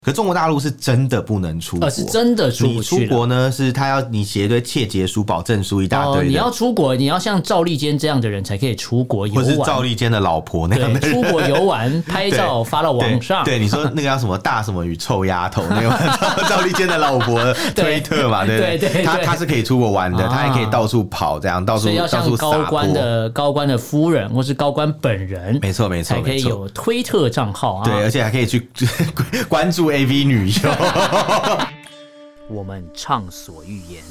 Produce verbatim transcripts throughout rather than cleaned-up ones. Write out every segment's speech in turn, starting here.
可中国大陆是真的不能出国， 呃，是真的出不去了。 你出国呢，是他要你写一堆切结书、保证书一大堆的、哦。 你要出国，你要像赵立坚这样的人才可以出国游玩， 或是赵立坚的老婆那样的人， 出国游玩、拍照发到网上。 对，对你说那个叫什么大什么与臭丫头，那个赵立坚的老婆的推特嘛，对对对, 对, 对他他是可以出国玩的，啊、他还可以到处跑，这样到处所以要像高官的高官的夫人或是高官本人， 没错没错， 才可以有推特账号啊。 对，而且还可以去关注 A V 女优。 我们畅所欲言，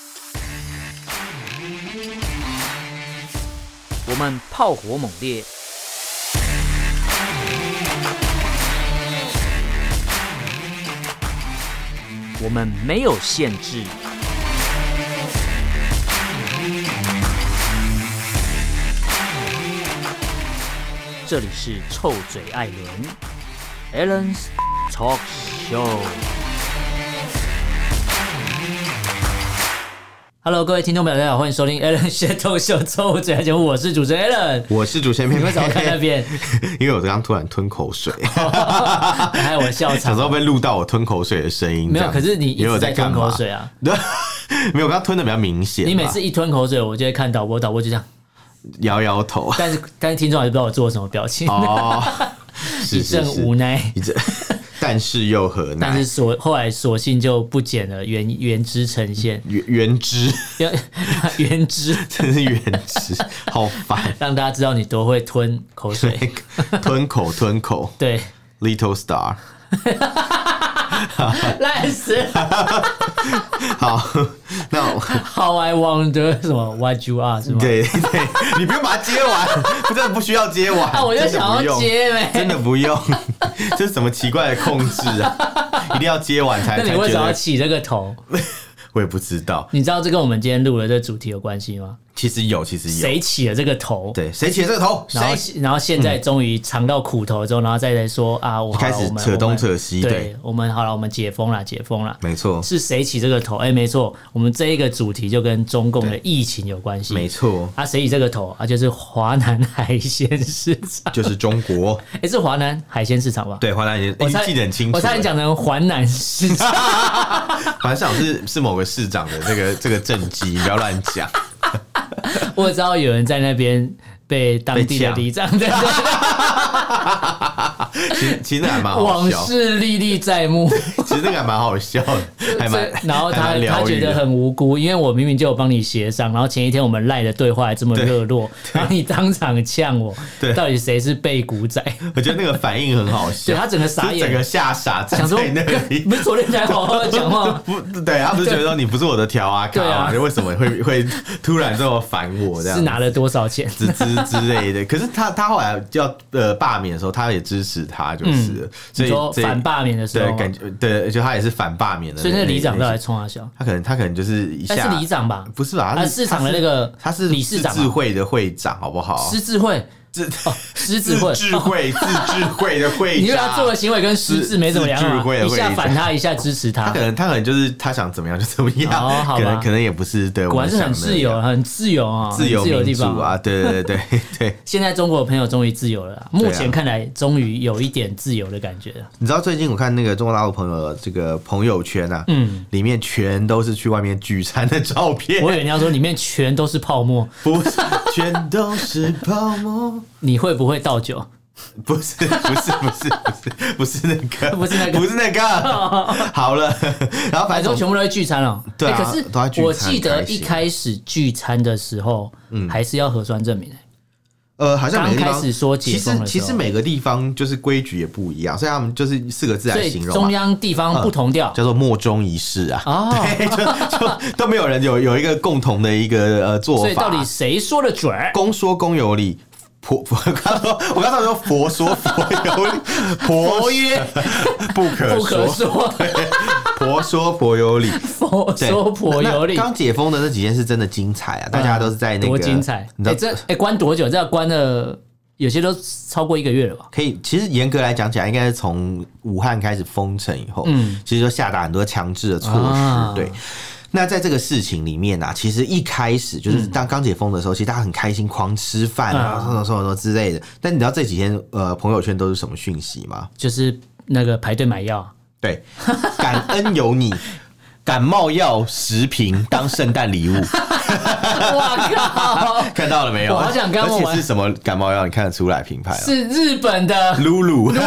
我们炮火猛烈，我们没有限制。这里是臭嘴艾伦 Alan's Talk Show。Hello， 各位听众朋友，大家好，欢迎收听 Alan 学透秀臭嘴艾节目，我是主持人 Alan， 我是主持人偏偏。 你为什么看那边？ 因为我刚刚突然吞口水， 还有我笑场， 小时候被录到我吞口水的声音。 没有，可是你一直在吞口水啊。 没有，我刚刚吞的比较明显。 你每次一吞口水，我就会看导播，导播就这样摇摇头， 但是但是听众还是不知道我做了什么表情。哦，一阵无奈， 一阵。但是又何奈？ 但是索后来索性就不剪了，原原汁呈现， 原原汁， 原汁， 真是原汁，好烦！ 让大家知道你多会吞口水， 吞口吞口， 对 ，Little Star， 烂死了。 好，那 How I wonder 什么 What you are 是吗？ 对对，你不用把它接完，真的不需要接完。 啊，我就想要接呗， 真的不用，这是什么奇怪的控制啊？一定要接完才。 那你为什么要起这个头？ 我也不知道。 你知道这跟我们今天录的这主题有关系吗？ 其实有，其实有。 谁起了这个头？ 对，谁起了这个头？ 然后，然后现在终于尝到苦头之后，然后再来说啊，我开始扯东扯西。 对，我们好了，我们解封了，解封了。 没错， 是谁起这个头？哎、欸，没错，我们这一个主题就跟中共的疫情有关系。 没错， 啊，谁起这个头啊？就是华南海鲜市场， 就是中国。 哎、欸，是华南海鲜市场吧？ 对，华南海鲜，我记得很清楚。 我差点讲成华南市场， 华南市场是是某个市长的这个这个政绩，你不要乱讲。 我知道有人在那边被当地的里长，对对对， 其实其实那还蛮好笑， 往事历历在目。 其实那个还蛮好笑的，还蛮然后他他觉得很无辜，因为我明明就有帮你协商，然后前一天我们赖的对话还这么热络，然后你当场呛我，到底谁是背骨仔？ 我觉得那个反应很好笑， 对他整个傻眼， 整个吓傻，想说那里不是昨天才好好的讲话， 不对，他不是觉得说你不是我的条啊，对啊，为什么会会突然这么烦我？这样是拿了多少钱之之之类的？可是他他后来要呃罢免的时候，他也支持他，就是了。所以说反罢免的时候， 对，感觉对，就他也是反罢免的。 所以那个里长都来冲他笑， 他可能他可能就是一下， 他是里长吧？ 不是吧？ 他是市场的那个， 他是理事长， 自治会的会长，好不好？ 狮智会。 自哦，狮智会， 自治会，自治会的会长， 你觉得他做的行为跟狮智没怎么两样吗？一下反他，一下支持他， 他可能他可能就是他想怎么样就怎么样， 哦、好可能可能也不是对， 果然是很自由，很自由啊， 自由的地方啊，对对对对对。 现在中国的朋友终于自由了啦，目前看来终于有一点自由的感觉了。 你知道最近我看那个中国大陆朋友的这个朋友圈啊，嗯，里面全都是去外面聚餐的照片。 我以为你要说里面全都是泡沫， 不是，全都是泡沫。 你会不会倒酒？ 不是，不是，不是，不是，不是那个， 不是那个， 不是那个。好了，然后反正全部都在聚餐了。 对啊， 欸、可是我记得一开始聚餐的时候，嗯，还是要核酸证明、欸。 呃，好像每个地方刚开始说解封的时候， 其实其实每个地方就是规矩也不一样，所以他们就是四个字来形容， 中央地方不同调、 嗯，叫做莫衷一是啊。 哦， 对，就就都没有人有有一个共同的一个呃做法。 所以到底谁说的准？ 公说公有理。佛，我刚说，我刚才说佛说佛有理， 佛曰不可不可说， 佛说佛有理， 佛说佛有理。 刚解封的那几天是真的精彩啊！大家都是在那个多精彩，你知道这哎关多久？这要关了，有些都超过一个月了吧？ 可以，其实严格来讲起来，应该是从武汉开始封城以后，嗯，其实就下达很多强制的措施，啊、对。那在这个事情里面啊，其实一开始就是当刚解封的时候，嗯、其实大家很开心，狂吃饭啊，什么什么什么之类的。但你知道这几天呃朋友圈都是什么讯息吗？ 就是那个排队买药。 对，感恩有你。感冒药十瓶当圣诞礼物， 哇靠！ 看到了没有？ 我好想跟我玩， 而且是什么感冒药？你看得出来品牌、啊？ 是日本的露露， 露露。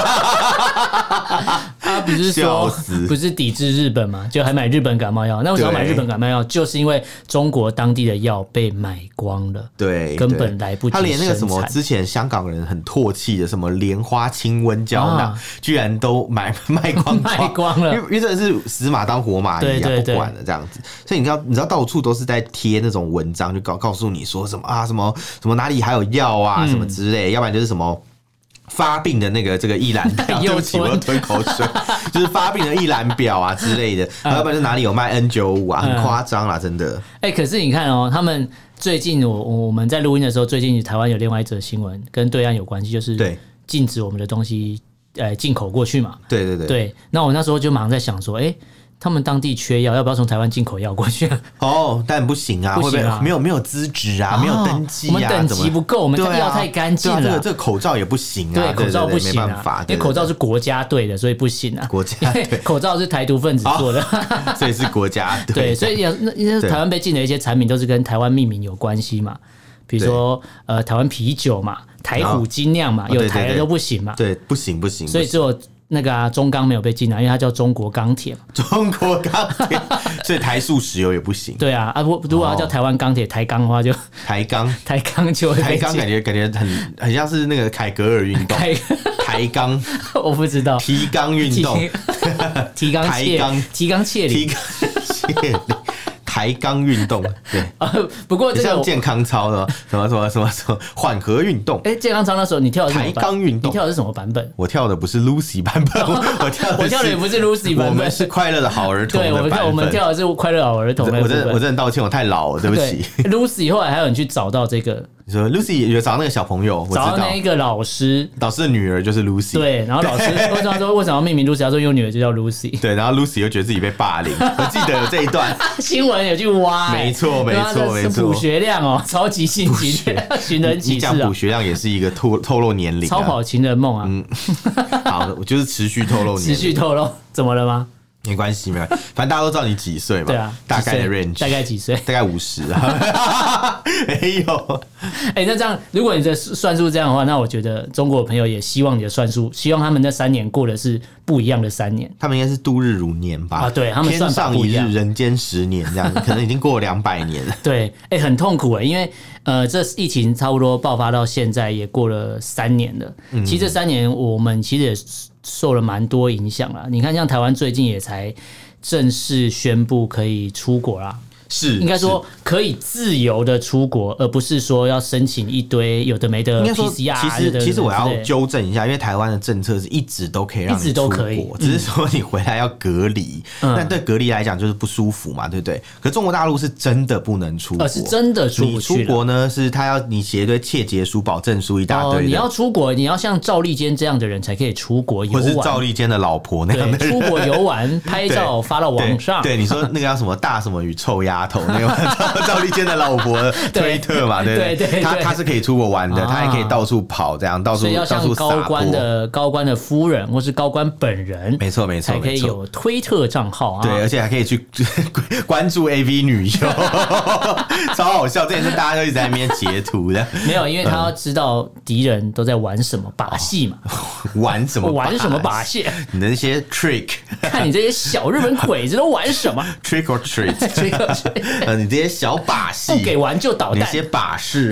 他不是说不是抵制日本嘛，就还买日本感冒药。那为什么要买日本感冒药？就是因为中国当地的药被买光了， 对， 根本来不及。 他连那个什么之前香港人很唾弃的什么莲花清瘟胶囊，啊、居然都买卖光光卖光了， 因为真的是死马当活马医啊，对对对不管了这样子。所以你知道，你知道到处都是在贴那种文章，就告告诉你说什么啊，什么什么哪里还有药啊，嗯、什么之类，要不然就是什么。发病的那个这个一览表，对不起，我要吞口水，就是发病的一览表啊之类的，要不然就哪里有卖 N 九十五 啊，很夸张啦，真的。 哎、欸，可是你看哦，他们最近我我们在录音的时候，最近台湾有另外一则新闻跟对岸有关系，就是禁止我们的东西呃进口过去嘛。 对对对。 对，那我那时候就马上在想说，哎、欸。他们当地缺药，要不要从台湾进口药过去？ 哦，但不行啊， 不行啊， 会不会没有没有资质啊，哦、没有登记啊， 我们等级不够，我们药太干净了。 对啊，这个这个口罩也不行啊， 对，口罩不行啊， 没办法， 因为口罩是国家队的，所以不行啊。 国家队口罩是台独分子做的， 哦、所以是国家队。 对，所以那台湾被禁的一些产品都是跟台湾命名有关系嘛，比如说呃台湾啤酒嘛，台虎精酿嘛，有台的都不行嘛。 对，不行不行， 所以只有。那个啊，中钢没有被禁啊，因为它叫中国钢铁嘛。 中国钢铁，所以台塑石油也不行。 对啊，啊，如果要叫台湾钢铁、台钢的话就，就台钢， 台钢就会被禁。 台钢感觉感觉很很像是那个凯格尔运动。台钢， 我不知道。 提纲运动， 提纲挈领，提纲挈领， 提纲挈领。抬杠运动，对， 啊、不过这个像健康操的什么什么什么什么缓和运动， 哎、欸，健康操那时候你跳的是什么抬杠运动， 你跳的是什么版本？ 我跳的不是 Lucy 版本，我跳的我跳的也不是 Lucy 版本， 我们是快乐的好儿童的版本。 对，我们跳我们跳的是快乐好儿童的我真的我真的道歉，我太老了，对不起。 Lucy 后来还有人去找到这个。 你说 Lucy 有找那个小朋友，我知道找到那一个老师， 老师的女儿就是 Lucy。对， 然后老师为什么说为什么要命名 Lucy？ 他说因为我女儿就叫 Lucy。 对，然后 Lucy 又觉得自己被霸凌，我记得有这一段新闻有去挖、欸， 没错没错没错， 补学量哦，超级心机，寻人启事啊！ 你讲补学量也是一个透透露年龄、啊， 超跑情人梦啊！嗯， 好，我就是持续透露年龄， 持续透露，怎么了吗？ 没关系，没关系，反正大家都知道你几岁嘛， 对啊， 大概的 range， 大概几岁？ 大概五十啊，没有。 哎、欸，那这样，如果你的算数这样的话，那我觉得中国的朋友也希望你的算数，希望他们那三年过的是不一样的三年。 他们应该是度日如年吧？ 啊，对，他们天上一日，人间十年这样子，可能已经过了两百年了。 对，哎、欸，很痛苦哎、欸，因为呃，这疫情差不多爆发到现在也过了三年了。嗯、其实这三年我们其实也受了蛮多影响啦。你看，像台湾最近也才正式宣布可以出国啦。 是， 应该说可以自由的出国，而不是说要申请一堆有的没的 P C R。 其实，其实我要纠正一下，因为台湾的政策是一直都可以让你出国， 嗯、 只是说你回来要隔离。嗯、但对隔离来讲就是不舒服嘛，对不对？可中国大陆是真的不能出国， 呃、是真的出不去。 你出国呢，是他要你写一堆切结书、保证书一大堆的、哦。 你要出国，你要像赵立坚这样的人才可以出国游玩， 或是赵立坚的老婆那样的人出国游玩、拍照发到网上。 对，对你说那个叫什么大什么与臭丫头那个。赵立坚的老婆推特嘛，对不对？ 对对对， 他他是可以出国玩的，啊、他也可以到处跑，这样到处所以要像高官的高官的夫人或是高官本人， 没错没错， 才可以有推特账号啊。 对，而且还可以去关注 A V 女优，超好笑。这件事大家都一直在那边截图的， 没有，因为他要知道敌人都在玩什么把戏嘛， 哦、玩什么玩什么把戏？ 你的那些 trick， 看你这些小日本鬼子都玩什么 trick or treat，trick or treat， 呃，你这些小把戏。 不给玩就捣蛋， 那些把式，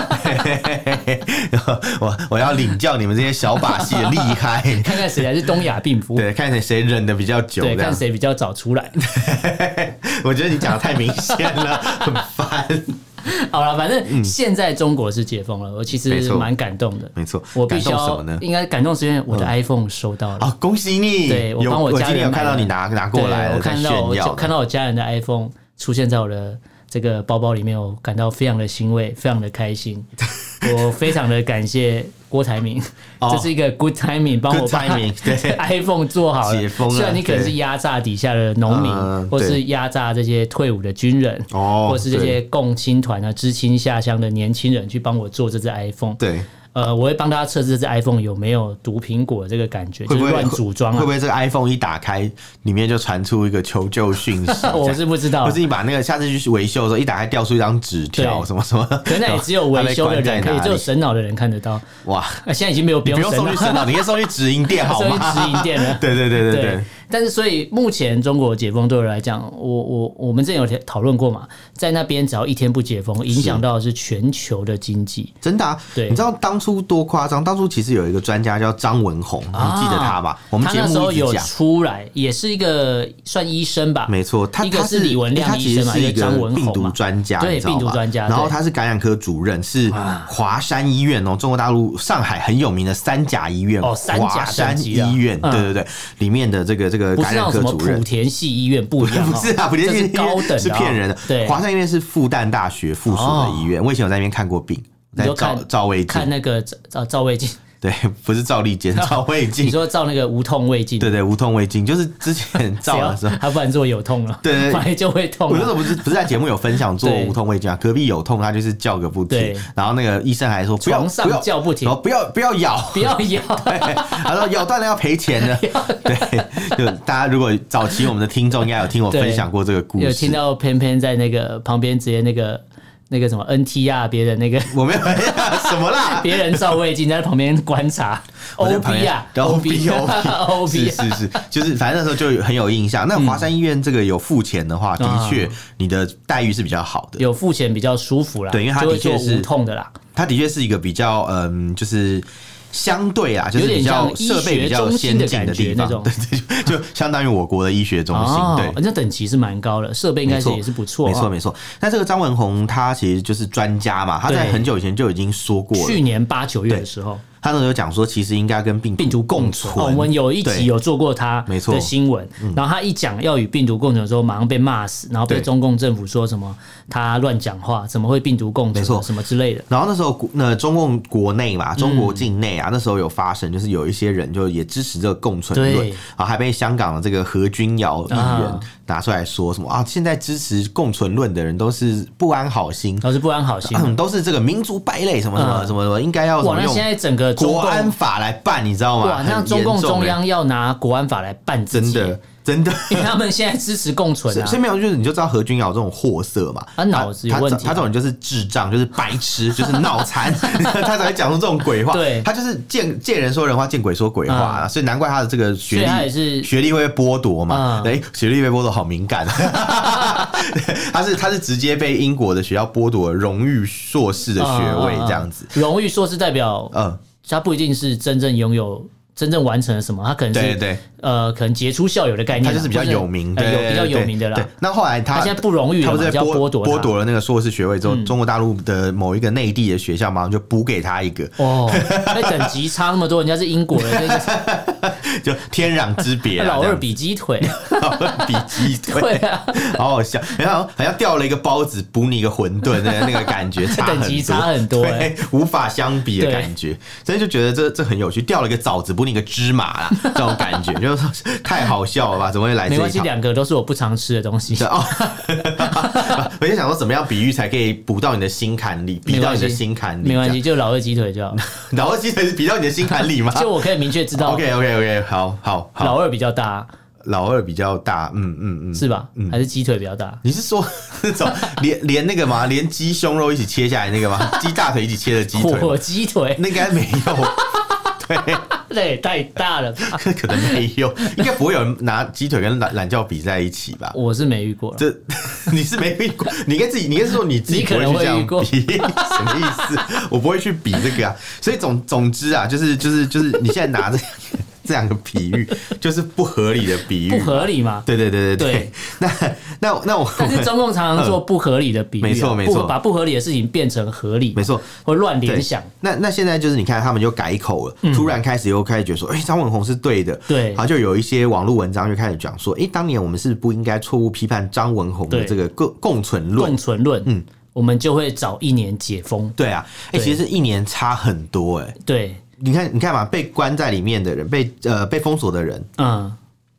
我我要领教你们这些小把戏的厉害， 看看谁才是东亚病夫， 对，看谁谁忍的比较久， 对，看谁比较早出来。 我觉得你讲的太明显了，很烦。 好了，反正现在中国是解封了，我其实蛮感动的。 没错， 我必须要应该感动是因为我的 iPhone 收到了啊， 恭喜你！ 对，我帮我家人买，我今天有看到你拿拿过来， 我看到我看到我家人的 iPhone 出现在我的这个包包里面，我感到非常的欣慰，非常的开心。我非常的感谢郭台铭，哦、这是一个 good timing， 帮我把 iPhone 做好了。虽然你可能是压榨底下的农民，嗯、或是压榨这些退伍的军人，哦、或是这些共青团啊、知青下乡的年轻人，去帮我做这只 iPhone。 对。 呃，我会帮大家测试这只 iPhone 有没有毒苹果这个感觉，就是乱组装、啊。 会不会这个 iPhone 一打开，里面就传出一个求救讯息？ 我是不知道。 或是你把那个下次去维修的时候，一打开掉出一张纸条，什么什么？ 可能也只有维修的人可以，只有神脑的人看得到。哇，现在已经没有不用送去神脑，你可以送去直营店好吗？ 送去直营店了。 对对对对对。 但是，所以目前中国解封对我来讲，我我我们之前有讨论过嘛，在那边只要一天不解封，影响到的是全球的经济。 真的啊，对，你知道当初多夸张？当初其实有一个专家叫张文宏，啊、你记得他吧？我们节目一直讲，他那时候有出来，也是一个算医生吧？ 没错，他一个是李文亮医生嘛，一个张文宏病毒专家， 对，病毒专家。 然后他是感染科主任，是华山医院哦，中国大陆上海很有名的三甲医院， 哦，三甲华山医院，对对对，里面的这个这个感染科主任。 莆田系医院不一样， 不是啊，莆田系医院是骗人的。 对， 华山医院是复旦大学附属的医院，我以前有在那边看过病，在照照胃镜， 看那个照照胃镜。 对，不是照例检，照胃镜。 你说照那个无痛胃镜？ 对对，无痛胃镜就是之前照的时候， 他不然做有痛了， 对， 本来就会痛。 我那时候不是不是在节目有分享做无痛胃镜啊，隔壁有痛，他就是叫个不停，然后那个医生还说不要床上叫不停， 不要不要咬， 不要咬， 他说咬断了要赔钱的。对，就大家如果早期我们的听众应该有听我分享过这个故事， 有听到偏偏在那个旁边直接那个。那个什么 N T 啊，别人那个我没有什么啦， 别人照胃镜在旁边观察 O B 啊 ，O B O B 是是是，就是反正那时候就很有印象。那华山医院这个有付钱的话，的确你的待遇是比较好的， 有付钱比较舒服啦。 对，因为它的确是无痛的啦， 它的确是一个比较嗯，就是相对啊，就是比较设备比较先进的地方，对对，就相当于我国的医学中心。对， 那等级是蛮高的，设备应该是也是不错。 没错没错。那这个张文宏他其实就是专家嘛，他在很久以前就已经说过了， 去年八九月的时候。 他那时候讲说，其实应该跟病病毒共存。哦，我们有一集有做过他的新闻，然后他一讲要与病毒共存的时候，马上被骂死，然后被中共政府说什么他乱讲话，怎么会病毒共存，什么之类的。 然后那时候那中共国内嘛，中国境内啊，那时候有发生，就是有一些人就也支持这个共存论，啊，还被香港的这个何君尧议员拿出来说什么啊，现在支持共存论的人都是不安好心， 都是不安好心， 嗯，都是这个民族败类，什么什么什么什么，应该要什么用现在整个国安法来办，你知道吗？ 哇，那中共中央要拿国安法来办自己， 真的。真的， 因为他们现在支持共存啊， 所以没有就是你就知道何君尧这种货色嘛， 他脑子有问题， 他这种人就是智障，就是白痴，就是脑残，他才会讲出这种鬼话。对，他就是见见人说人话，见鬼说鬼话、嗯、所以难怪他的这个学历也是学历会被剥夺嘛。哎、嗯，学历被剥夺好敏感，他是他是直接被英国的学校剥夺荣誉硕士的学位这样子。 荣誉硕士代表，嗯，他不一定是真正拥有。真正完成了什么？他可能是对对呃，可能杰出校友的概念， 他就是比较有名的， 有比较有名的啦。 那后来 他, 他现在不荣誉了， 他不是在剥夺剥夺了那个硕士学位之后、嗯，中国大陆的某一个内地的学校马上就补给他一个。哦， 那等级差那么多，人家是英国人，那个就天壤之别。 老二比鸡腿， 老二比鸡腿，对啊，好好笑。然后好像掉了一个包子补你一个馄饨，那那个感觉差很多， 等级差很多、欸， 对，无法相比的感觉。所以就觉得这这很有趣，掉了一个枣子补你一个芝麻啦。这种感觉就是太好笑了吧？怎么会来这一套？ 没关系，两个都是我不常吃的东西。哦， 我就想说，怎么样比喻才可以补到你的心坎里，比到你的心坎里？ 没关系，就老二鸡腿就好。 老二鸡腿是比到你的心坎里吗？ 就我可以明确知道。 OK OK OK， 好好好。 老二比较大。 老二比较大，嗯嗯嗯， 是吧？嗯，还是鸡腿比较大？ 你是说那种连连那个吗？连鸡胸肉一起切下来那个吗？鸡大腿一起切的鸡腿？ 火鸡腿？ 那应该没有。对， 那也太大了吧？ 可能没有，应该不会有人拿鸡腿跟懒懒觉比在一起吧？ 我是没遇过， 这你是没遇过，你应该自己，你应该是说你自己不会去这样比，什么意思？我不会去比这个啊，所以总总之啊，就是就是就是你现在拿着。这样的比喻就是不合理的比喻， 不合理吗？ 对对对对对。那那那我， 但是中共常常做不合理的比喻、啊， 没错没错， 把不合理的事情变成合理， 没错， 或乱联想。 那那现在就是你看他们就改口了，嗯、突然开始又开始觉得说，哎、欸，张文宏是对的，对，然后就有一些网络文章就开始讲说，哎、欸，当年我们是不应该错误批判张文宏的这个共共存论， 共存论，嗯，我们就会早一年解封。 对啊，哎、欸，其实一年差很多、欸，哎， 对。 你看，你看嘛，被关在里面的人，被呃被封锁的人，嗯，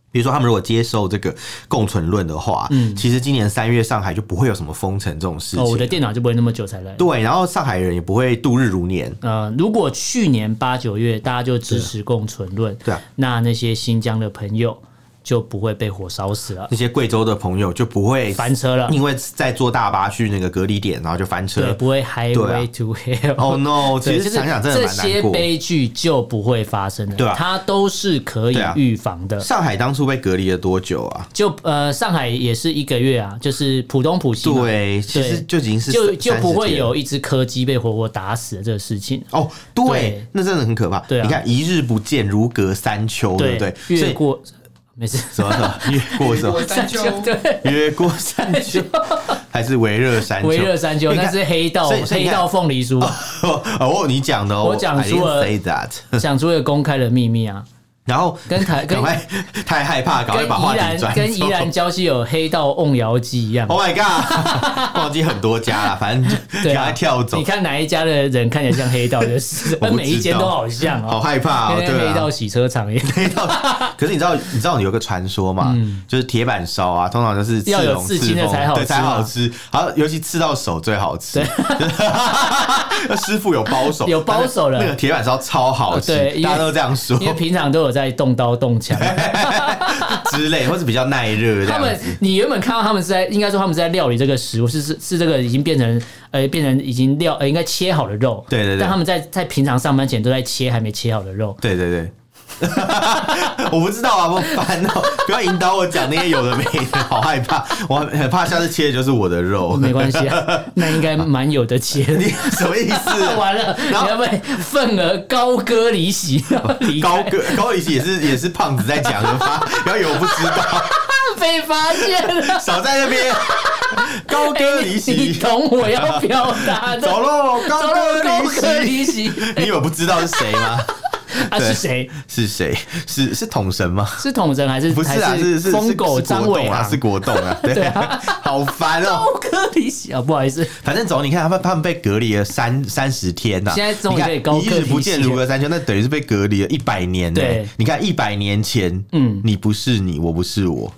比如说他们如果接受这个共存论的话，嗯，其实今年三月上海就不会有什么封城这种事情。哦， 我的电脑就不会那么久才来。 对，然后上海人也不会度日如年。 呃，如果去年八九月大家就支持共存论， 对啊， 那那些新疆的朋友就不会被火烧死了， 那些贵州的朋友就不会翻车了， 因为在坐大巴去那个隔离点，然后就翻车， 对，不会 highway to hell。 Oh no！ 其实想想真的蛮难过， 这些悲剧就不会发生的，对啊，它都是可以预防的。 啊、上海当初被隔离了多久啊？ 就呃，上海也是一个月啊，就是浦东浦西嘛， 对，其实就已经是就就不会有一只柯基被活活打死的这个事情。 哦，对，对那真的很可怕。对、啊，你看一日不见如隔三秋，对不对？ 越过。没事， 什么什么越过什么山丘？对， 越过山丘，还是微热山丘？ 微热山丘，那是黑道黑道凤梨酥。 哦，你讲的哦， 我讲出了讲出了公开的秘密啊。 然后跟台跟太害怕，赶快把话题转走。 跟宜兰礁溪有黑道瓮窑鸡一样。 Oh my god！ 忘记很多家了，反正就赶快跳走。 你看哪一家的人看起来像黑道就是，每一间都好像哦， 好害怕哦。 对，黑道洗车场也黑道。 可是你知道，你知道有个传说嘛，就是铁板烧啊，通常就是要有刺青的才好吃， 才好吃。好，尤其刺到手最好吃。师傅有包手， 有包手了， 那个铁板烧超好吃，大家都这样说。 因为平常都有在动刀动枪之类，或是比较耐热。他们， 你原本看到他们是在，应该说他们是在料理这个食物，是是是这个已经变成呃变成已经料呃应该切好的肉。 对对对。 但他们在在平常上班前都在切还没切好的肉。 对对对。我不知道啊，我烦哦！不要引导我讲那些有的没的，好害怕，我很怕下次切的就是我的肉。 没关系啊，那应该蛮有的切。 你什么意思？ 完了，你要被份额高歌离席。 高歌高离席也是也是胖子在讲的吗？不要以为我不知道。 被发现了， 少在那边。高歌离席， 你懂我要表达的。 走喽，高歌离席。你以为不知道是谁吗？ 啊，是谁？ 是谁？是是统神吗？ 是统神还是不是啊？是是疯狗张伟啊？是国栋啊？对啊，好烦哦！ 高歌离席啊，不好意思。 反正走，你看他们他们被隔离了三三十天呐， 现在终于可以高歌离席， 一日不见如隔三秋，那等于是被隔离了一百年呢。对，你看一百年前，嗯，你不是你，我不是我。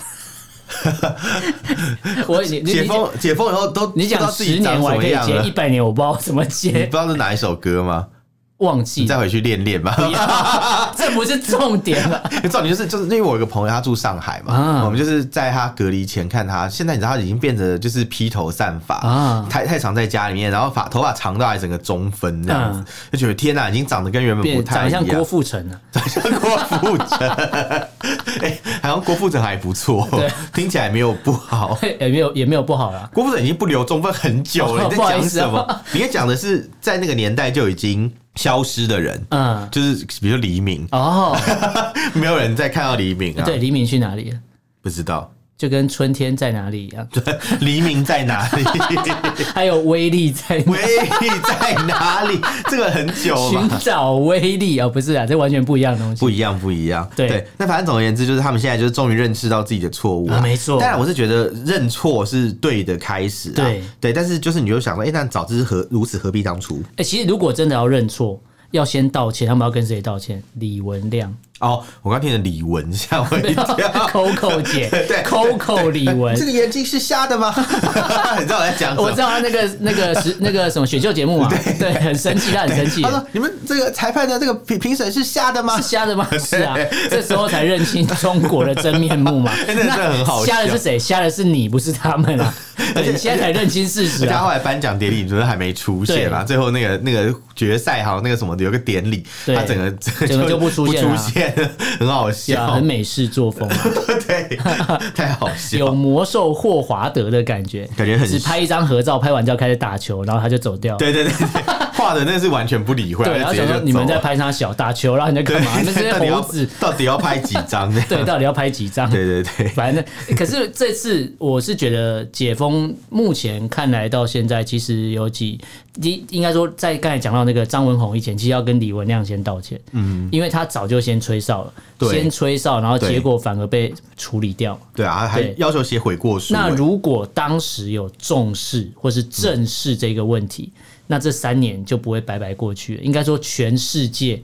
我解封解封以后都你讲十年我还可以接，一百年我不知道怎么接。 你不知道是哪一首歌吗？ 忘记， 你再回去练练吧。 这不是重点了。 重点就是就是因为我有个朋友他住上海嘛，啊、我们就是在他隔离前看他，现在你知道他已经变得就是披头散发啊，太太常在家里面，然后发头发长到还整个中分这样子，啊、就觉得天哪，已经长得跟原本不太一样， 长得像郭富城啊， 长得像郭富城，哎、欸，好像郭富城还不错，听起来没有不好， 也没有也没有不好啦。 郭富城已经不留中分很久了，哦、你在讲什么？啊、你在讲的是在那个年代就已经消失的人，嗯，就是比如说黎明哦，没有人再看到黎明啊。 对，黎明去哪里了？ 不知道， 就跟春天在哪里一样。 黎明在哪里？ 还有威力在哪里？ 威力在哪里？这个很久了。 寻找威力啊、哦，不是啊，这完全不一样的东西。 不一样，不一样。 对， 对那反正总而言之，就是他们现在就是终于认识到自己的错误啊。 没错。 当然，我是觉得认错是对的开始、啊。对对，但是就是你就想说，哎、欸，那早知何如此，何必当初？ 哎、欸，其实如果真的要认错。要先道歉，他们要跟谁道歉？李文亮哦，我刚听的李文，吓我一跳。 Coco 姐，对 ，Coco 李文， 这个眼睛是瞎的吗？你知道我在讲什么？ 我知道他那个那个是那个什么选秀节目嘛，对，对很生气，他很生气。 他说：“你们这个裁判的这个评评审是瞎的吗？ 是瞎的吗？是啊，这时候才认清中国的真面目嘛。 真的很好笑。 瞎的是谁？瞎的是你，不是他们啊。而且现在才认清事实啊。 他后来颁奖典礼你觉得还没出现嘛？最后那个那个决赛好像那个什么有个典礼，他整个整个就不出现了， 很好笑， 很美式作风、啊， 对，太好笑， 有魔兽霍华德的感觉， 感觉很只拍一张合照，拍完就要开始打球，然后他就走掉。 对对对对，画的那是完全不理会， 对，然后想说你们在拍他小打球，然后你在干嘛？那些猴子到底要拍几张？ 对，到底要拍几张？ 对对对， 反正可是这次我是觉得解封目前看来到现在，其实有几应该说在刚才讲到那个张文宏以前，其实要跟李文亮先道歉，嗯，因为他早就先吹哨了，先吹哨，然后结果反而被处理掉。 对啊，还要求写悔过书。 那如果当时有重视或是正视这个问题，嗯、那这三年就不会白白过去了。应该说，全世界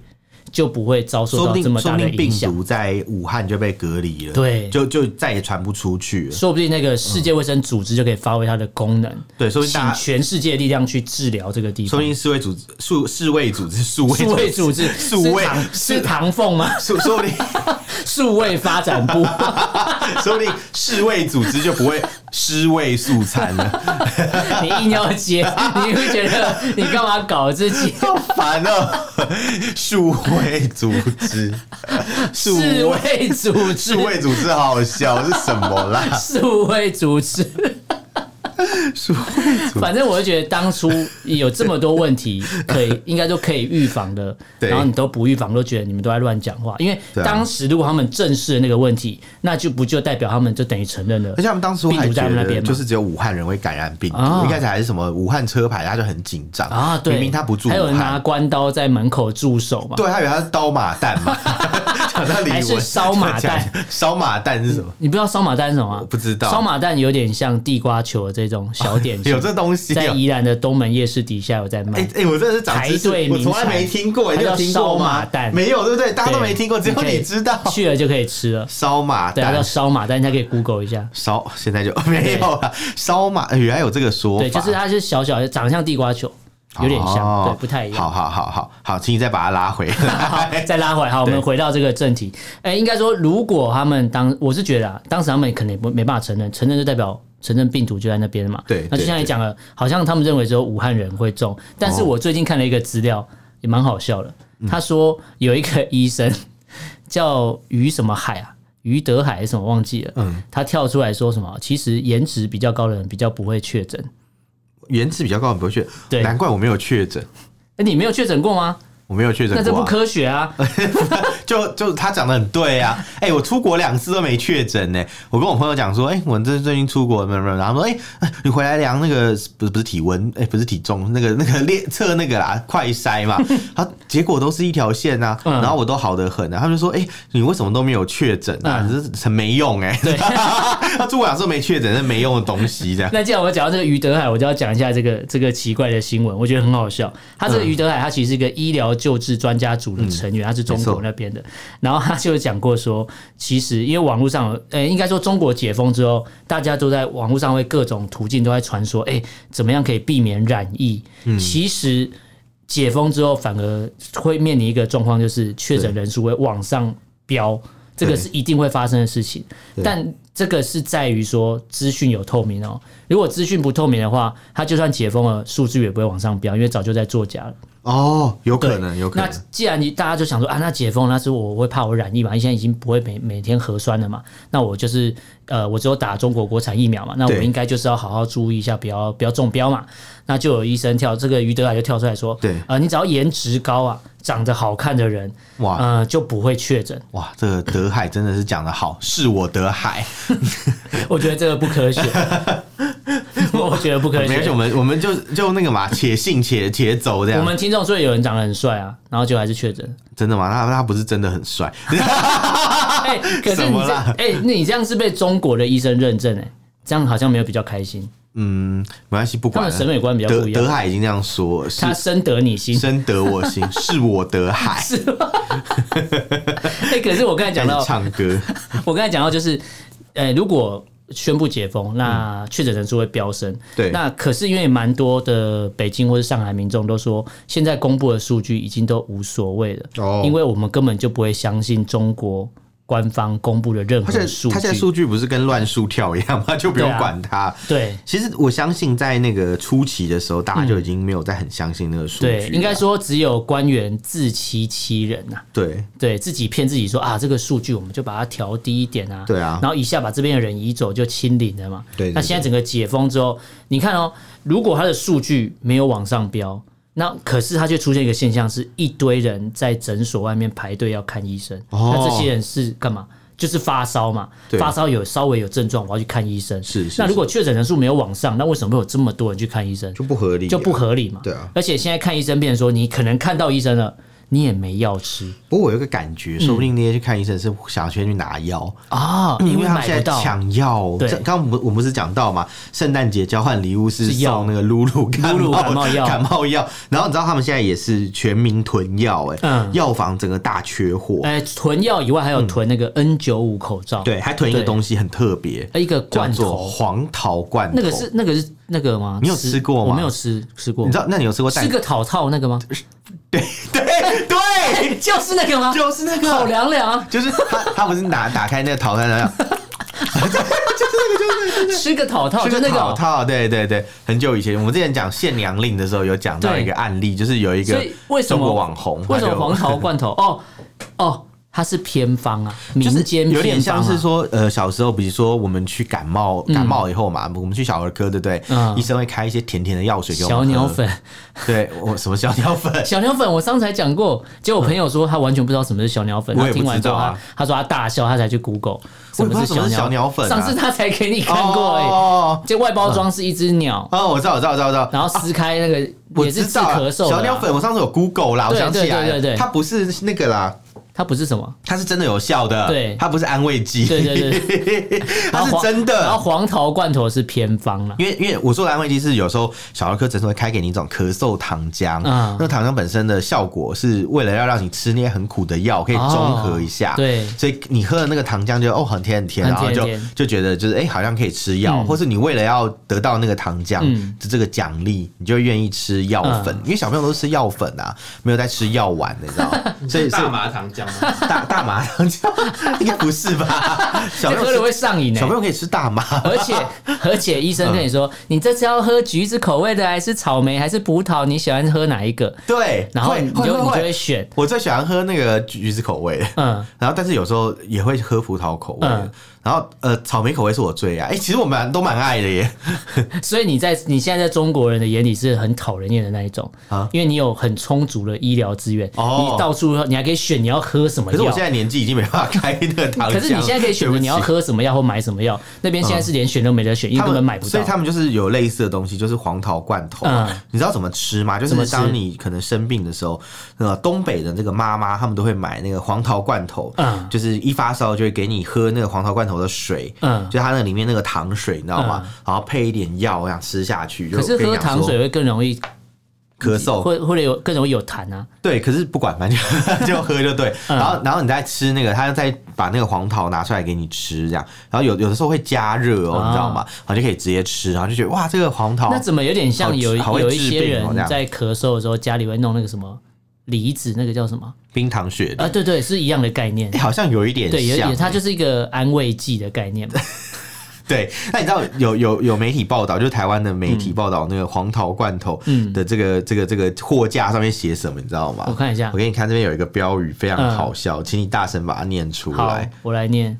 就不会遭受到这么大的影响。 病毒在武汉就被隔离了， 对， 就就再也传不出去了。 说不定那个世界卫生组织就可以发挥它的功能，嗯、 对，说不定大家请全世界的力量去治疗这个地方。 说不定世卫组织、世世卫组织、数位数位组织、 数位是唐凤吗？ 说说不定数位发展部， 说不定世卫组织就不会尸位素餐了。 你硬要接，你会觉得你干嘛搞自己？ 好烦哦！数位组织， 数位组织， 数位组织好笑是什么啦？ 数位组织。反正我就觉得当初有这么多问题可以应该都可以预防的，然后你都不预防，都觉得你们都在乱讲话。因为当时如果他们正视了那个问题，那就不就代表他们就等于承认了， 而且他们当初还觉得就是只有武汉人会感染病毒，一开始还是什么武汉车牌，他就很紧张啊，明明他不住武汉， 还有人拿关刀在门口驻守嘛， 对，他以为他是刀马旦嘛， 还是烧马旦？ 烧马旦是什么？ 你不知道烧马旦是什么吗？ 我不知道， 烧马旦有点像地瓜球的这种小点心， 有这东西， 在宜兰的东门夜市底下有在卖。 哎、欸欸、我真的是长知识，我从来没听过，你有听过吗？没有，对不对？大家都没听过，只有你知道。 去了就可以吃了。 烧马旦， 对，叫烧马旦，你可以 Google 一下。 烧现在就没有了。烧马原来有这个说法， 对，就是它是小小的，长得像地瓜球。有点像，哦、对，不太一样。 好好好好好，请你再把它拉回来， 再拉回来。好，我们回到这个正题。哎、欸，应该说，如果他们当，我是觉得啊，当时他们可能没办法承认，承认就代表承认病毒就在那边嘛。 对， 那就像你讲了，好像他们认为只有武汉人会中，但是我最近看了一个资料，也蛮好笑的。他说有一个医生叫于什么海啊，于德海还是什么忘记了，嗯，他跳出来说什么，其实颜值比较高的人比较不会确诊。 颜值比较高，不会确诊，难怪我没有确诊。 哎，你没有确诊过吗？ 我没有确诊过、啊， 那这不科学啊！ 就就他讲的很对啊！哎、欸，我出国两次都没确诊呢。我跟我朋友讲说，哎、欸，我这最近出国，然后他说，哎、欸，你回来量那个不是不是体温，哎、欸，不是体重，那个那个列测那个啦，快筛嘛，他结果都是一条线啊，然后我都好得很啊。他们就说，哎、欸，你为什么都没有确诊啊？这、嗯、很没用哎、欸。对，他出国两次没确诊，是没用的东西这样。 那既然我讲到这个于德海，我就要讲一下这个这个奇怪的新闻，我觉得很好笑。他这个于德海，他其实是一个医疗救治专家组的成员，他是中国那边的。然后他就讲过说，其实因为网络上，呃，应该说中国解封之后，大家都在网络上会各种途径都在传说，哎，怎么样可以避免染疫？嗯、其实解封之后，反而会面临一个状况，就是确诊人数会往上飙。这个是一定会发生的事情，但这个是在于说资讯有透明哦。如果资讯不透明的话，它就算解封了，数据也不会往上飙，因为早就在作假了。 哦，有可能，有可能。 那既然你大家就想说啊，那解封那是我会怕我染疫嘛？现在已经不会每每天核酸了嘛？那我就是呃，我只有打中国国产疫苗嘛？那我应该就是要好好注意一下，不要不要中标嘛？那就有医生跳这个于德海就跳出来说，对，呃，你只要颜值高啊，长得好看的人，哇，呃，就不会确诊。 哇，这个德海真的是讲得好，是我德海。 我觉得这个不科学。我觉得不可以。 没关系，我们我们就就那个嘛，且信且且走这样。 我们听众说有人长得很帅啊，然后就还是确诊。 真的吗？他他不是真的很帅。 哎、欸，可是你这哎、欸，你这样是被中国的医生认证哎、欸，这样好像没有比较开心。 嗯，没关系，不管了。 他们审美观比较不一样。 德海已经这样说， 他深得你心， 深得我心，是我德海。 是吗？哎、欸，可是我刚才讲到唱歌， 我刚才讲到就是，呃、欸，如果宣布解封，那确诊人数会飙升。对，那可是因为蛮多的北京或是上海民众都说，现在公布的数据已经都无所谓了，哦、因为我们根本就不会相信中国官方公布的任何数据。 他现在数据不是跟乱数跳一样吗？就不用管它。 对、啊， 其实我相信在那个初期的时候，大家就已经没有再很相信那个数据、嗯。 对，应该说只有官员自欺欺人呐、啊。对，对自己骗自己说啊，这个数据我们就把它调低一点啊。对啊，然后一下把这边的人移走就清零了嘛。对, 对, 对，那现在整个解封之后，你看哦，如果它的数据没有往上飙。那可是他却出现一个现象，是一堆人在诊所外面排队要看医生。哦、那这些人是干嘛？就是发烧嘛，发烧有稍微有症状，我要去看医生。是, 是。那如果确诊人数没有往上，那为什么会有这么多人去看医生？ 就不合理、啊， 就不合理嘛。对啊。而且现在看医生变成说，你可能看到医生了， 你也没药吃。 不过我有个感觉，说不定那些去看医生是想要先去拿药啊， 因为他们现在抢药。 对， 刚刚我们我们不是讲到嘛，圣诞节交换礼物是送那个露露感冒感冒药， 感冒药。然后你知道他们现在也是全民囤药，哎，嗯，药房整个大缺货。 哎，囤药以外还有囤那个 N 九十五 口罩， 对，还囤一个东西很特别， 一个罐头， 黄桃罐头。 那个是那个是那个吗？ 你有吃过吗？ 我没有吃吃过。 你知道？那你有吃过吃个桃桃那个吗？ 对对对， 就是那个吗？ 就是那个， 好凉凉。 就是他，他不是拿打开那个桃桃那样，就是那个，就是那个， 吃个桃桃， 吃个桃桃，对对对，很久以前我们之前讲限量令的时候有讲到一个案例，就是有一个中国网红， 为什么黄桃罐头？哦哦。它是偏方啊，民间偏方、啊、 有点像是说，呃，小时候比如说我们去感冒，感冒以后嘛，嗯、我们去小儿科，对不对？嗯、医生会开一些甜甜的药水给我们喝。 小鸟粉， 对我什么小鸟粉？ 小鸟粉，我上次才讲过，结果我朋友说他完全不知道什么是小鸟粉， 我也不知道啊。 他说他大笑，他才去 Google 什么是小鸟粉、啊。 上次他才给你看过而已， 哦、 就外包装是一只鸟。 哦，我知道，我知道，我知道，我知道。 然后撕开那个也是治咳嗽、啊。 小鸟粉，我上次有 Google 啦，我想起来了， 对对对对， 它不是那个啦。 它不是什么， 它是真的有效的， 对， 它不是安慰剂， 对对对， 它是真的。 然后黄桃罐头是偏方了， 因为因为我说的安慰剂是有时候小儿科诊所会开给你一种咳嗽糖浆，嗯，那糖浆本身的效果是为了要让你吃那些很苦的药，可以中和一下， 哦、对， 所以你喝的那个糖浆就哦很甜很甜，然后就就觉得就是哎、欸、好像可以吃药，嗯、或是你为了要得到那个糖浆的这个奖励，你就愿意吃药粉，嗯、因为小朋友都吃药粉啊，没有在吃药丸的，你知道吗？所以大麻糖浆吗？ 大大麻糖浆应该不是吧？小朋友喝了会上瘾、欸， 小朋友可以吃大麻， 而且而且医生跟你说，嗯、你这次要喝橘子口味的，还是草莓，还是葡萄？你喜欢喝哪一个？ 对， 然后你就你就会选。 我最喜欢喝那个橘子口味的，嗯，然后但是有时候也会喝葡萄口味的。嗯然后呃，草莓口味是我最爱，哎、欸，其实我们都蛮爱的耶。 所以你在你现在在中国人的眼里是很讨人厌的那一种啊，因为你有很充足的医疗资源，哦、你到处你还可以选你要喝什么药。 可是我现在年纪已经没办法开那个糖浆。 可是你现在可以选择你要喝什么药或买什么药，那边现在是连选都没得选，因为根本买不到。 所以他们就是有类似的东西，就是黄桃罐头。嗯、你知道怎么吃吗？就是当你可能生病的时候，呃，东北的那个妈妈他们都会买那个黄桃罐头，嗯，就是一发烧就会给你喝那个黄桃罐头的水，嗯。就它那里面那个糖水，你知道吗？嗯、然后配一点药，我想吃下去。 可是喝糖水会更容易咳嗽， 会会有更容易有痰啊。 对，可是不管，反正就就喝就对。嗯、然后然后你再吃那个，他再把那个黄桃拿出来给你吃，这样。然后有有的时候会加热哦，啊、你知道吗？然后就可以直接吃，然后就觉得哇，这个黄桃那怎么有点像有有一些人在咳嗽的时候家里会弄那个什么梨子，那个叫什么？ 冰糖雪啊，对对，是一样的概念， 欸、好像有一点像， 对，有点，它就是一个安慰剂的概念嘛。 对，那你知道有有有媒体报道，就是台湾的媒体报道那个黄桃罐头的这个、嗯、这个这个货架上面写什么，你知道吗？ 我看一下， 我给你看，这边有一个标语非常好笑，嗯、请你大声把它念出来。 好，我来念。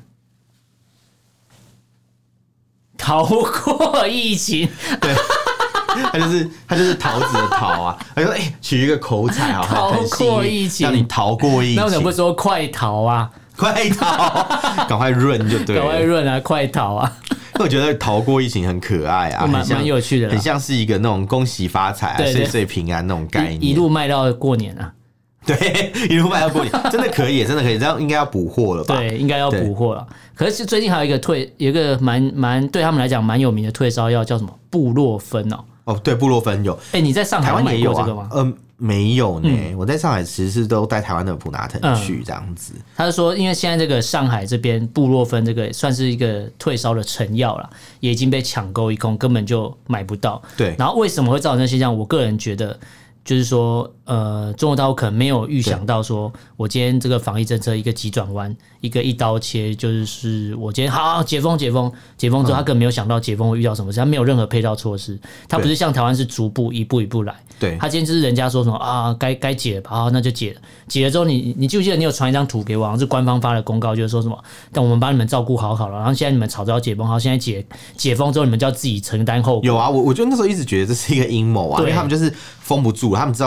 逃过疫情， 对。他就是他就是桃子的桃啊，他说哎、欸，取一个口彩好， 逃过疫情， 让你逃过疫情。 那为什么不说快逃啊？ 快逃，赶快润就对了， 赶快润啊，快逃啊！ 我觉得逃过疫情很可爱啊， 蛮蛮有趣的， 很像是一个那种恭喜发财、啊、岁岁平安那种概念， 一, 一路卖到过年啊。 对，一路卖到过年，真的可以，真的可以，这样应该要补货了吧？ 对，应该要补货了。可是最近还有一个退，有一个蛮蛮对他们来讲蛮有名的退烧药，叫什么布洛芬哦。 哦，对，布洛芬有。 哎、欸，你在上海台湾也有这个吗？ 呃，没有呢。嗯、我在上海其实是都带台湾的普拿疼去这样子。 嗯、他是说，因为现在这个上海这边布洛芬这个算是一个退烧的成药啦，也已经被抢购一空，根本就买不到。 对。 然后为什么会造成这现象？我个人觉得。就是说，呃，中国大陆可能没有预想到，说我今天这个防疫政策一个急转弯，一个一刀切，就是我今天好好解封解封解封之后，他根本没有想到解封会遇到什么事，他没有任何配套措施，他不是像台湾是逐步一步一步来， 对， 他今天就是人家说什么啊，该该解了吧，好，那就解了，解了之后你你记不记得你有传一张图给我，好像是官方发的公告，就是说什么，但我们把你们照顾好好了，然后现在你们吵着要解封，好，现在解解封之后你们就要自己承担后果。 有啊，我我就那时候一直觉得这是一个阴谋啊，因为他们就是封不住。他们知道再这样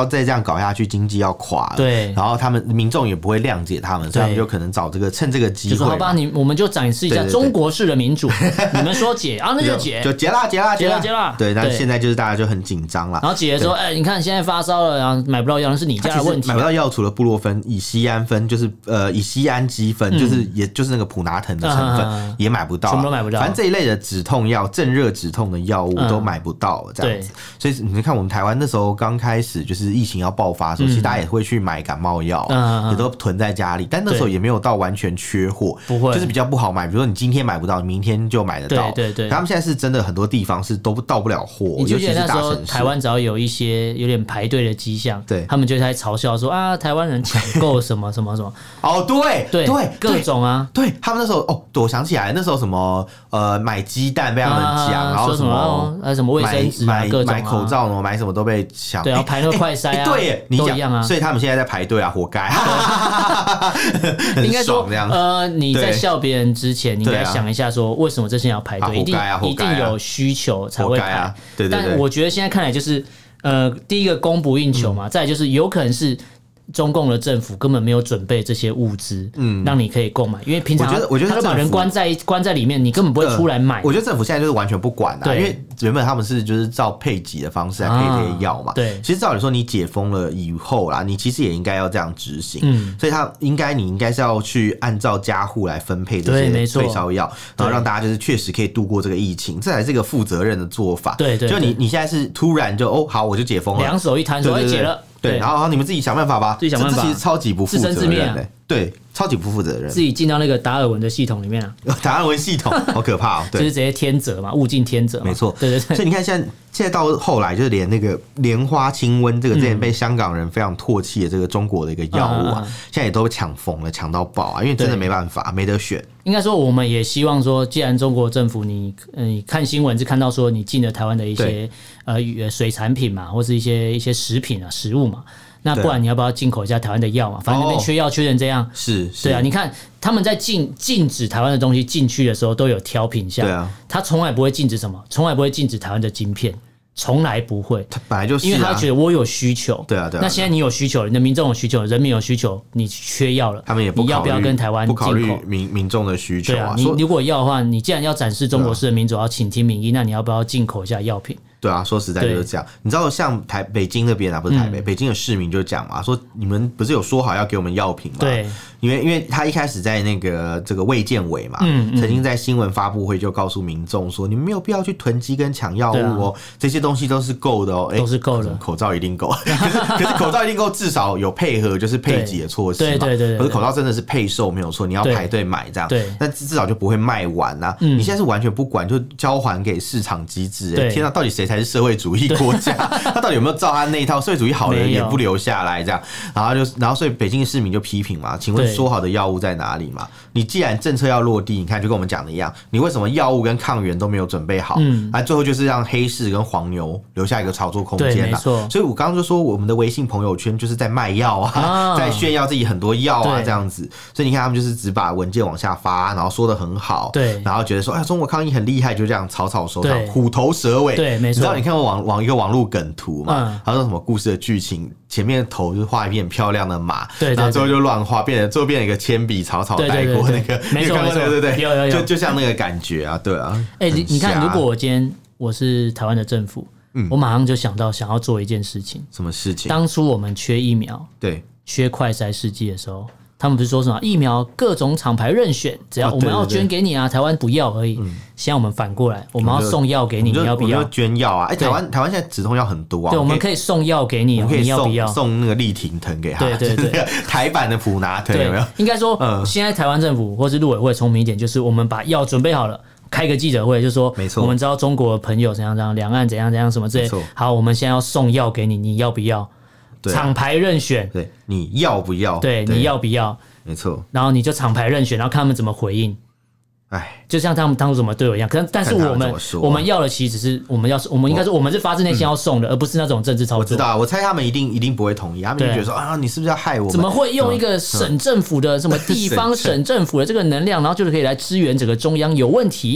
搞下去，经济要垮了， 对， 然后他们民众也不会谅解他们，所以他们就可能找这个趁这个机会， 就说好吧，你我们就展示一下中国式的民主，你们说解啊，那就解， 就解啦，解啦， 解啦，解啦， 对，那现在就是大家就很紧张了， 然后姐姐说，哎，你看现在发烧了，然后买不到药，那是你家的问题， 买不到药，除了布洛芬、乙酰氨酚，就是呃乙酰氨基酚，就是也就是那个普拿疼的成分也买不到， 什么都买不到， 反正这一类的止痛药、镇热止痛的药物都买不到，这样子。所以你看，我们台湾那时候刚开始就是疫情要爆发的时候，其实大家也会去买感冒药，也都囤在家里，但那时候也没有到完全缺货， 不会， 就是比较不好买。比如说你今天买不到，明天就买得到。 对对对， 他们现在是真的很多地方是都到不了货，尤其是大城市。 台湾只要有一些有点排队的迹象， 对， 他们就在嘲笑说啊，台湾人抢购什么什么什么。 哦，对对对， 各种啊， 对他们那时候哦，我想起来那时候什么呃买鸡蛋被他们讲，然后什么呃什么卫生纸啊，各种买口罩呢，买什么都被抢， 对，要排那个快筛啊， 对，你都一样啊， 所以他们现在在排队啊，活该。 应该说，呃，你在笑别人之前，你应该想一下，说为什么这些人要排队？一定一定有需求才会排。 对对对。 但我觉得现在看来就是，呃，第一个供不应求嘛，再来就是有可能是。中共的政府根本没有准备这些物资，嗯，让你可以购买，因为平常我觉得他都把人关在关在里面，你根本不会出来买。 我觉得政府现在就是完全不管的，因为原本他们是就是照配给的方式来配这些药嘛， 对。 其实照理说你解封了以后啦，你其实也应该要这样执行，嗯，所以他应该你应该是要去按照家户来分配这些退烧药，然后让大家就是确实可以度过这个疫情，这才是一个负责任的做法。 对对， 就你你现在是突然就哦好我就解封了， 两手一摊说解了。 对，然后你们自己想办法吧， 自己想办法， 这其实超级不负责任的，对，超级不负责任， 自己进到那个达尔文的系统里面啊， 达尔文系统好可怕哦，对， 就是直接天择嘛，物竞天择， 没错， 对对对。 所以你看现在现在到后来，就是连那个莲花清瘟这个之前被香港人非常唾弃的这个中国的一个药物啊，现在也都抢疯了，抢到爆啊，因为真的没办法，没得选。 应该说，我们也希望说，既然中国政府你嗯看新闻是看到说你进了台湾的一些呃水产品嘛，或是一些一些食品啊食物嘛。那不然你要不要进口一下台湾的药嘛？反正那边缺药缺成这样， 是， 对啊。你看他们在禁禁止台湾的东西进去的时候，都有挑品项，对啊。他从来不会禁止什么，从来不会禁止台湾的晶片，从来不会。 他本来就是， 因为他觉得我有需求， 对啊，对啊。 那现在你有需求，你的民众有需求，人民有需求，你缺药了， 他们也不你要不要跟台湾进口？ 不考虑民民众的需求啊。 你如果要的话，你既然要展示中国式的民主，要倾听民意，那你要不要进口一下药品？ 对啊，说实在就是这样。你知道像台北京那边啊，不是台北， 嗯、 北京的市民就讲嘛，说你们不是有说好要给我们药品吗？ 对， 因为因为他一开始在那个这个卫健委嘛，嗯嗯、曾经在新闻发布会就告诉民众说，你们没有必要去囤积跟抢药物哦，啊、这些东西都是够的哦， 都是够的， 口罩一定够。可是可是口罩一定够，至少有配合就是配给的措施嘛。 对对 对, 对。 可是口罩真的是配售没有错，你要排队买这样， 对， 但至少就不会卖完啊。嗯、你现在是完全不管，就交还给市场机制。哎，天啊，到底谁才是社会主义国家？他到底有没有照他那一套？社会主义好的人也不留下来，这样，然后就，然后所以北京市民就批评嘛，请问说好的药物在哪里嘛？你既然政策要落地，你看就跟我们讲的一样，你为什么药物跟抗原都没有准备好？嗯，啊，最后就是让黑市跟黄牛留下一个炒作空间啦。所以我刚刚就说，我们的微信朋友圈就是在卖药啊，啊在炫耀自己很多药啊这样子。所以你看他们就是只把文件往下发，然后说的很好，对，然后觉得说，哎，中国抗疫很厉害，就这样草草收场，虎头蛇尾。 对，没错。 你知道你看过网网一个网络梗图嘛？嗯、他说什么故事的剧情，前面的头就是画一片很漂亮的马，对对对，然后最后就乱画，变成最后变成一个铅笔草草带过那个， 没错没错， 对对对， 有有有， 就就像那个感觉啊，对啊。 哎、欸，你你看，如果我今天我是台湾的政府，嗯，我马上就想到想要做一件事情， 什么事情？ 当初我们缺疫苗， 对， 缺快筛试剂的时候。他们不是说什么疫苗各种厂牌任选，只要我们要捐给你啊，啊对对对台湾不要而已。嗯、现在我们反过来，我们要送药给你，你要不要？ 捐药啊！哎、欸，台湾台湾现在止痛药很多啊。 对，我们可以送药给你， 我们可以你要不要送那个利挺疼给他？ 对对对， 台版的普拿疼有没有？ 应该说，嗯、现在台湾政府或是陆委会聪明一点，就是我们把药准备好了。开个记者会就说，没错，我们知道中国的朋友怎样怎样，两岸怎样怎样什么之类。好，我们现在要送药给你，你要不要？厂牌任选， 对，你要不要？ 对，你要不要？ 没错， 然后你就厂牌任选，然后看他们怎么回应。哎，就像他们当初怎么对我一样，可但是我们我们要的其实只是我们要，我们应该是我们是发自内心要送的，嗯、而不是那种政治操作。 我知道，我猜他们一定一定不会同意，他们就觉得说啊，你是不是要害我们？ 怎么会用一个省政府的什么地方省政府的这个能量，然后就是可以来支援整个中央？有问题。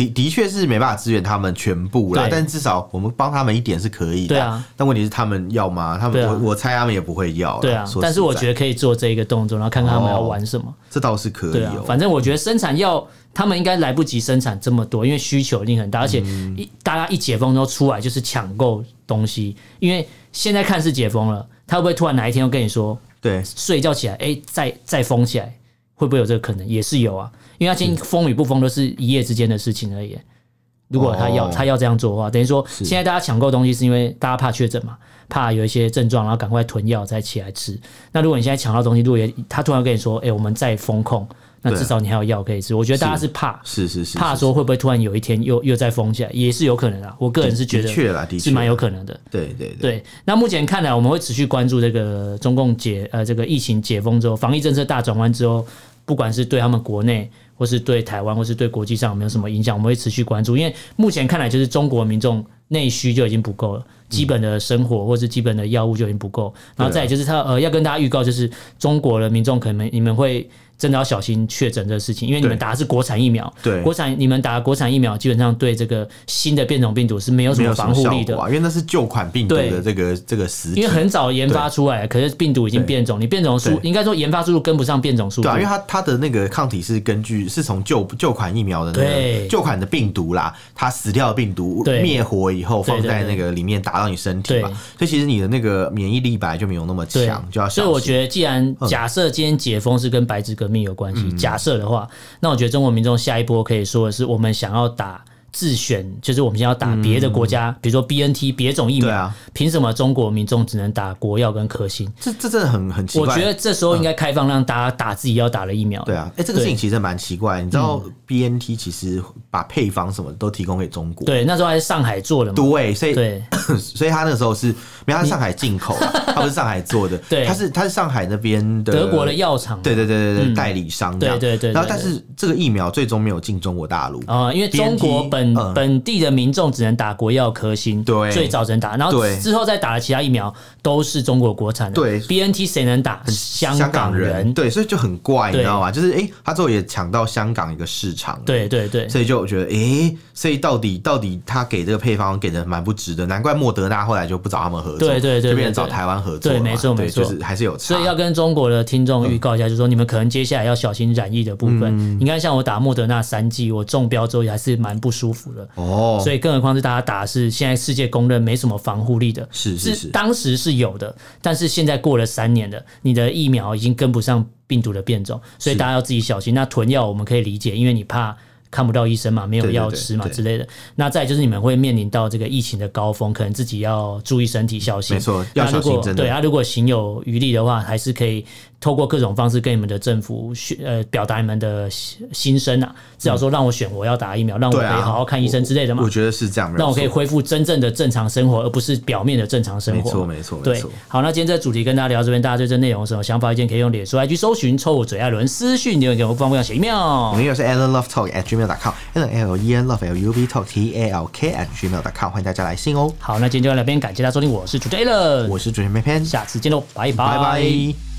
的的确是没办法支援他们全部啦，但至少我们帮他们一点是可以的。 对啊， 但问题是他们要吗？他们、啊、我我猜他们也不会要。 对啊，但是我觉得可以做这一个动作，然后看看他们要玩什么。哦、 这倒是可以、哦。 对啊，反正我觉得生产要他们应该来不及生产这么多，因为需求一定很大，而且一、嗯、大家一解封都出来就是抢购东西，因为现在看似解封了，他会不会突然哪一天又跟你说， 对， 睡一觉起来，哎、欸，再再封起来，会不会有这个可能？也是有啊，因为他今天封与不封都是一夜之间的事情而已。如果他要、哦、他要这样做的话，等于说现在大家抢购东西是因为大家怕确诊嘛，怕有一些症状，然后赶快囤药再起来吃。那如果你现在抢到东西，如果他突然跟你说，哎、欸，我们再封控。那至少你还有药可以吃，我觉得大家是怕， 是是 是, 是怕说会不会突然有一天又又再封起来，也是有可能啊。我个人是觉得是蛮有可能的。 对对 对, 对。那目前看来，我们会持续关注这个中共解呃这个疫情解封之后，防疫政策大转弯之后，不管是对他们国内，或是对台湾，或是对国际上有没有什么影响，我们会持续关注。因为目前看来，就是中国民众内需就已经不够了。基本的生活或是基本的药物就已经不够，然后再来就是他呃要跟大家预告，就是中国的民众可能你们会真的要小心确诊这个事情，因为你们打的是国产疫苗， 对， 国产你们打的国产疫苗基本上对这个新的变种病毒是没有什么防护力的， 啊、因为那是旧款病毒的这个这个实体， 因为很早研发出来，可是病毒已经变种，你变种速应该说研发速度跟不上变种速度， 对、啊，因为它它的那个抗体是根据是从旧旧款疫苗的那个旧款的病毒啦，它死掉的病毒灭活以后放在那个里面打到你身体嘛。所以其实你的那个免疫力本来就没有那么强，就要小心。 所以我觉得，既然假设今天解封是跟白纸革命有关系，嗯、假设的话，那我觉得中国民众下一波可以说的是，我们想要打自选，就是我们想要打别的国家，嗯、比如说 B N T 别种疫苗，凭、啊、什么中国民众只能打国药跟科兴？ 这这真的很很奇怪。 我觉得这时候应该开放让大家打自己要打的疫苗。 对啊，哎、欸，这个事情其实蛮奇怪。你知道 B N T 其实把配方什么都提供给中国， 对，那时候还是上海做的嘛。 对，所以对， 所以他那个时候是，因为他是上海进口的，他不是上海做的， 对， 他是他是上海那边的德国的药厂， 对对对对对、嗯、代理商这样， 对对 对, 对, 对, 对。 然后但是这个疫苗最终没有进中国大陆啊、呃，因为中国本、嗯、本地的民众只能打国药科兴， 对， 最早只能打，然后之后再打的其他疫苗都是中国国产的， 对 ，B N T 谁能打？香港人， 人对，所以就很怪，你知道吗？就是哎、欸，他最后也抢到香港一个市场， 对对对， 所以就觉得哎、欸，所以到底到底他给这个配方给的蛮不值的，难怪莫德纳后来就不找他们合作， 对对 对, 对, 对, 对， 就变成找台湾合作， 对，没错没错， 就是还是有差， 所以要跟中国的听众预告一下，就是说你们可能接下来要小心染疫的部分。嗯、你看，像我打莫德纳三剂，我中标之后还是蛮不舒服的哦，所以更何况是大家打的是现在世界公认没什么防护力的， 是是是， 当时是有的，但是现在过了三年了，你的疫苗已经跟不上病毒的变种，所以大家要自己小心。那囤药我们可以理解，因为你怕看不到医生嘛，没有药吃嘛之类的。那再就是你们会面临到这个疫情的高峰，可能自己要注意身体，小心。 没错，要小心，真的。 对啊，如果行有余力的话，还是可以透过各种方式跟你们的政府呃表达你们的心声啊，至少说让我选我要打疫苗，让我可以好好看医生之类的嘛。 我, 我觉得是这样， 让我可以恢复真正的正常生活，而不是表面的正常生活。 没错，没错， 对。好，那今天这个主题跟大家聊到这边，大家对这内容有什么想法意见，可以用脸书 I G 搜寻臭嘴艾伦私讯留言给我，不方便写 email。 我们也是 Alan Love Talk at gmail dot com，Alan L E N Love L U V Talk T A L K at gmail dot com， 欢迎大家来信哦。 好，那今天就到这边，感谢大家收听，我是主持人 Alan， 我是主持人 Pan， 下次见喽，拜拜。 拜拜。